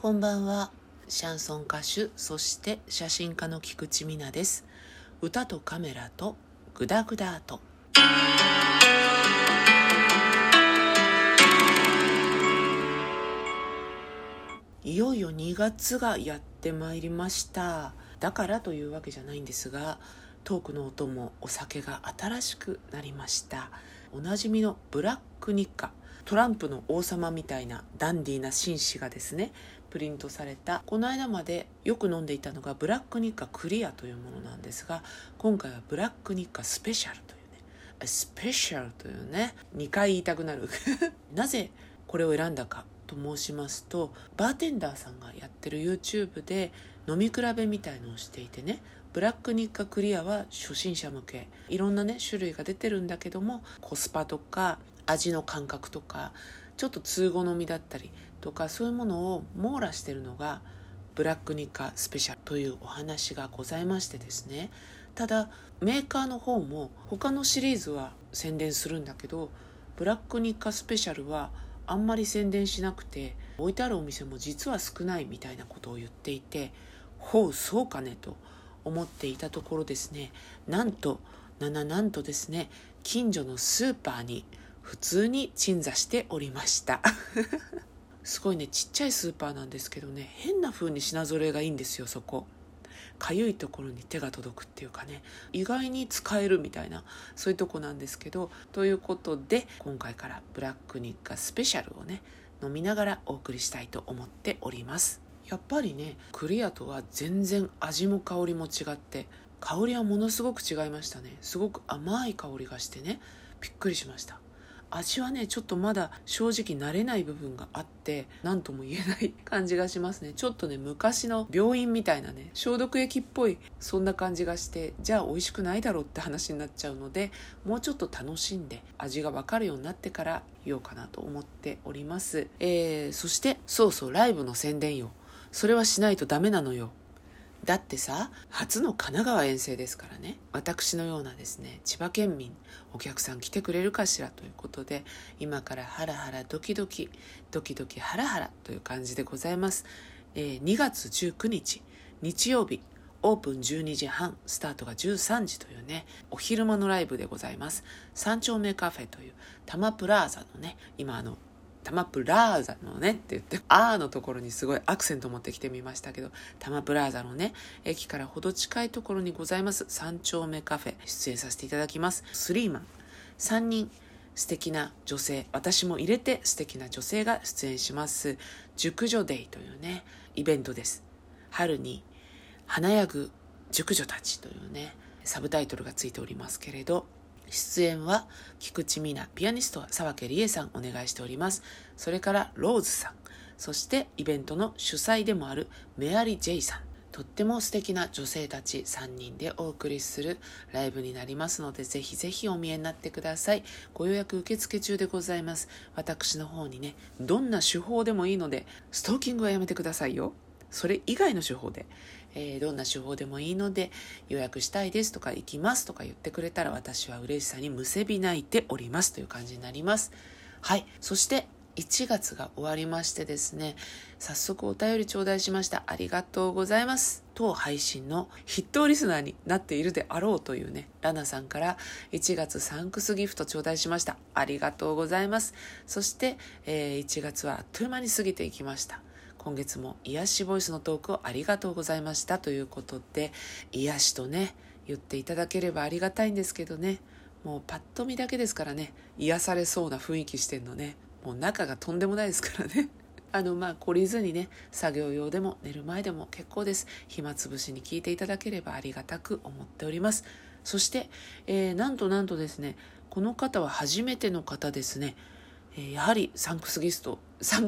こんばんは。シャンソン歌手、そして写真家の菊池美奈です。歌とカメラとグダグダと。いよいよ2月がやってまいりました。だからというわけじゃないんですが、トークの音もお酒が新しくなりました。おなじみのブラック日課、トランプの王様みたいなダンディーな紳士がですね、プリントされた、この間までよく飲んでいたのがブラック日課クリアというものなんですが、今回はブラック日課スペシャルというね、スペシャルというね、2回言いたくなるなぜこれを選んだかと申しますと、バーテンダーさんがやってる YouTube で飲み比べみたいのをしていてね、ブラック日課クリアは初心者向け、いろんなね種類が出てるんだけども、コスパとか味の感覚とかちょっと通好みだったりとか、そういうものを網羅してるのがブラック日課スペシャルというお話がございましてですね。ただメーカーの方も他のシリーズは宣伝するんだけど、ブラック日課スペシャルはあんまり宣伝しなくて、置いてあるお店も実は少ないみたいなことを言っていて、ほうそうかねと思っていたところですね、なんとですね、近所のスーパーに普通に鎮座しておりましたすごいね、ちっちゃいスーパーなんですけどね、変な風に品揃えがいいんですよ。そこかゆいところに手が届くっていうかね、意外に使えるみたいな、そういうとこなんですけど、ということで今回からブラック日課スペシャルをね、飲みながらお送りしたいと思っております。やっぱりね、クリアとは全然味も香りも違って、香りはものすごく違いましたね。すごく甘い香りがしてね、びっくりしました。味はね、ちょっとまだ正直慣れない部分があって、何とも言えない感じがしますね。ちょっとね、昔の病院みたいなね、消毒液っぽい、そんな感じがして、じゃあ美味しくないだろうって話になっちゃうので、もうちょっと楽しんで味が分かるようになってから言おうかなと思っております。そしてそうライブの宣伝よ。それはしないとダメなのよ。だってさ、初の神奈川遠征ですからね、私のようなですね、千葉県民、お客さん来てくれるかしらということで、今からハラハラドキドキハラハラという感じでございます。2月19日日曜日、オープン12時半、スタートが13時というね、お昼間のライブでございます。三丁目カフェという多摩プラーザのね、今多摩プラーザのねって言って、のところにすごいアクセント持ってきてみましたけど、多摩プラーザのね、駅からほど近いところにございます三丁目カフェ、出演させていただきます。スリーマン3人素敵な女性、私も入れて素敵な女性が出演します。熟女デイというねイベントです。春に華やぐ熟女たちというねサブタイトルがついておりますけれど、出演は菊池美奈、ピアニストは沢家理恵さんお願いしております。それからローズさん、そしてイベントの主催でもあるメアリー・ジェイさん、とっても素敵な女性たち3人でお送りするライブになりますので、ぜひぜひお見えになってください。ご予約受付中でございます。私の方にね、どんな手法でもいいので、ストーキングはやめてくださいよ。それ以外の手法で、どんな手法でもいいので、予約したいですとか行きますとか言ってくれたら、私は嬉しさにむせび泣いておりますという感じになります。はい。そして1月が終わりましてですね、早速お便り頂戴しました。ありがとうございます。当配信の筆頭リスナーになっているであろうというね、ラナさんから1月サンクスギフト頂戴しました。ありがとうございます。そして、1月はあっという間に過ぎていきました。今月も癒しボイスのトークをありがとうございましたということで、癒しとね言っていただければありがたいんですけどね、もうパッと見だけですからね、癒されそうな雰囲気してんのね、もう中がとんでもないですからね懲りずにね、作業用でも寝る前でも結構です。暇つぶしに聞いていただければありがたく思っております。そして、なんとですね、この方は初めての方ですね。やはりサンクスギフト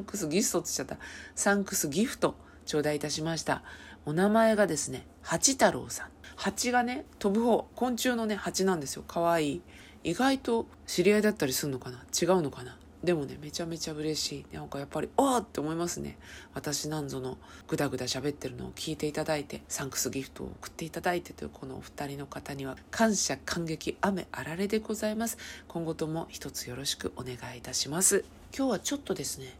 頂戴いたしました。お名前がですね、八太郎さん。蜂がね、飛ぶ方、昆虫のね、蜂なんですよ。かわいい。意外と知り合いだったりするのかな、違うのかな。でもね、めちゃめちゃ嬉しい。なんかやっぱり、って思いますね。私なんぞのぐだぐだ喋ってるのを聞いていただいて、サンクスギフトを送っていただいてというこのお二人の方には、感謝感激雨あられでございます。今後とも一つよろしくお願いいたします。今日はちょっとですね、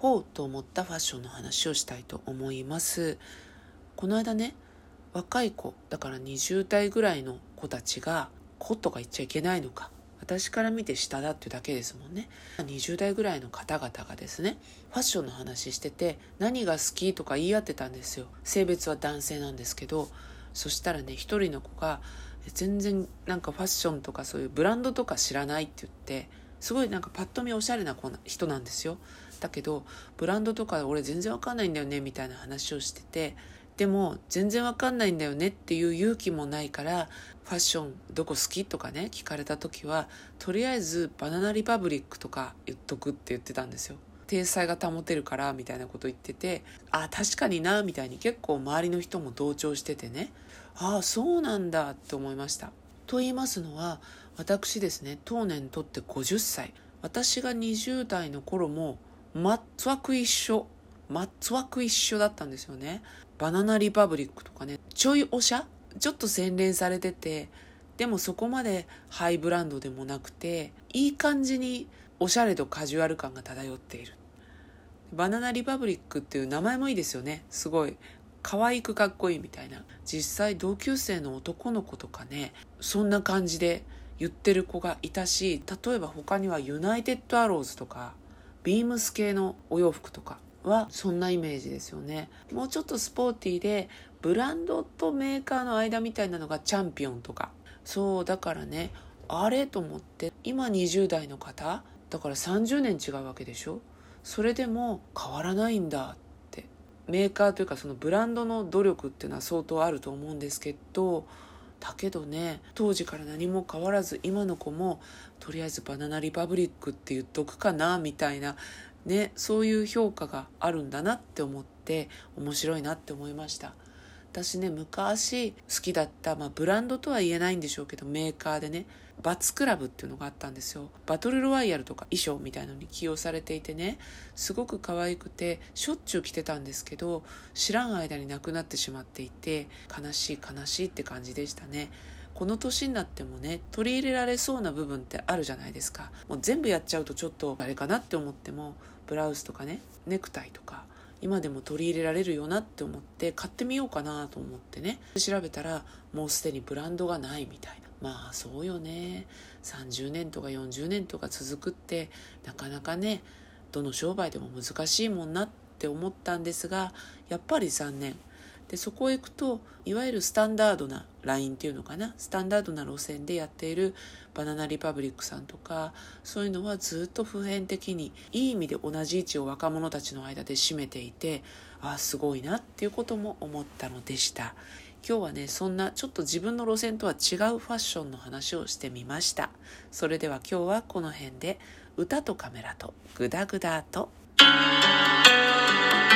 ほうと思ったファッションの話をしたいと思います。この間ね、若い子だから20代ぐらいの子たちが、子とか言っちゃいけないのか、私から見て下だっていうだけですもんね。20代ぐらいの方々がですね、ファッションの話してて、何が好きとか言い合ってたんですよ。性別は男性なんですけど、そしたらね、一人の子が全然なんかファッションとかそういうブランドとか知らないって言って、すごいなんかパッと見おしゃれな人なんですよ。だけどブランドとか俺全然わかんないんだよねみたいな話をしてて、でも全然わかんないんだよねっていう勇気もないから、ファッションどこ好きとかね聞かれた時は、とりあえずバナナリパブリックとか言っとくって言ってたんですよ。体裁が保てるからみたいなこと言ってて、あ、確かになみたいに結構周りの人も同調しててね、ああそうなんだって思いました。と言いますのは、私ですね、当年とって50歳、私が20代の頃も全く一緒だったんですよね。バナナリパブリックとかね、ちょいおしゃ、ちょっと洗練されてて、でもそこまでハイブランドでもなくて、いい感じにおしゃれとカジュアル感が漂っている。バナナリパブリックっていう名前もいいですよね。すごい可愛くかっこいいみたいな。実際同級生の男の子とかね、そんな感じで言ってる子がいたし、例えば他にはユナイテッドアローズとかビームス系のお洋服とかはそんなイメージですよね。もうちょっとスポーティーでブランドとメーカーの間みたいなのがチャンピオンとか。そうだからね、あれと思って、今20代の方だから30年違うわけでしょ。それでも変わらないんだって。メーカーというかそのブランドの努力っていうのは相当あると思うんですけど、だけどね、当時から何も変わらず今の子もとりあえずバナナリパブリックって言っとくかなみたいなね、そういう評価があるんだなって思って面白いなって思いました。私ね、昔好きだった、ブランドとは言えないんでしょうけど、メーカーでね、バツクラブっていうのがあったんですよ。バトルロワイヤルとか衣装みたいのに起用されていてね、すごく可愛くてしょっちゅう着てたんですけど、知らん間になくなってしまっていて、悲しいって感じでしたね。この年になってもね、取り入れられそうな部分ってあるじゃないですか。もう全部やっちゃうとちょっとあれかなって思っても、ブラウスとかね、ネクタイとか今でも取り入れられるよなって思って買ってみようかなと思ってね、調べたらもうすでにブランドがないみたいな。まあそうよね、30年とか40年とか続くってなかなかね、どの商売でも難しいもんなって思ったんですが、やっぱり残念で、そこへ行くといわゆるスタンダードなラインっていうのかな、スタンダードな路線でやっているバナナリパブリックさんとか、そういうのはずっと普遍的にいい意味で同じ位置を若者たちの間で占めていて、すごいなっていうことも思ったのでした。今日はね、そんなちょっと自分の路線とは違うファッションの話をしてみました。それでは今日はこの辺で、歌とカメラとグダグダと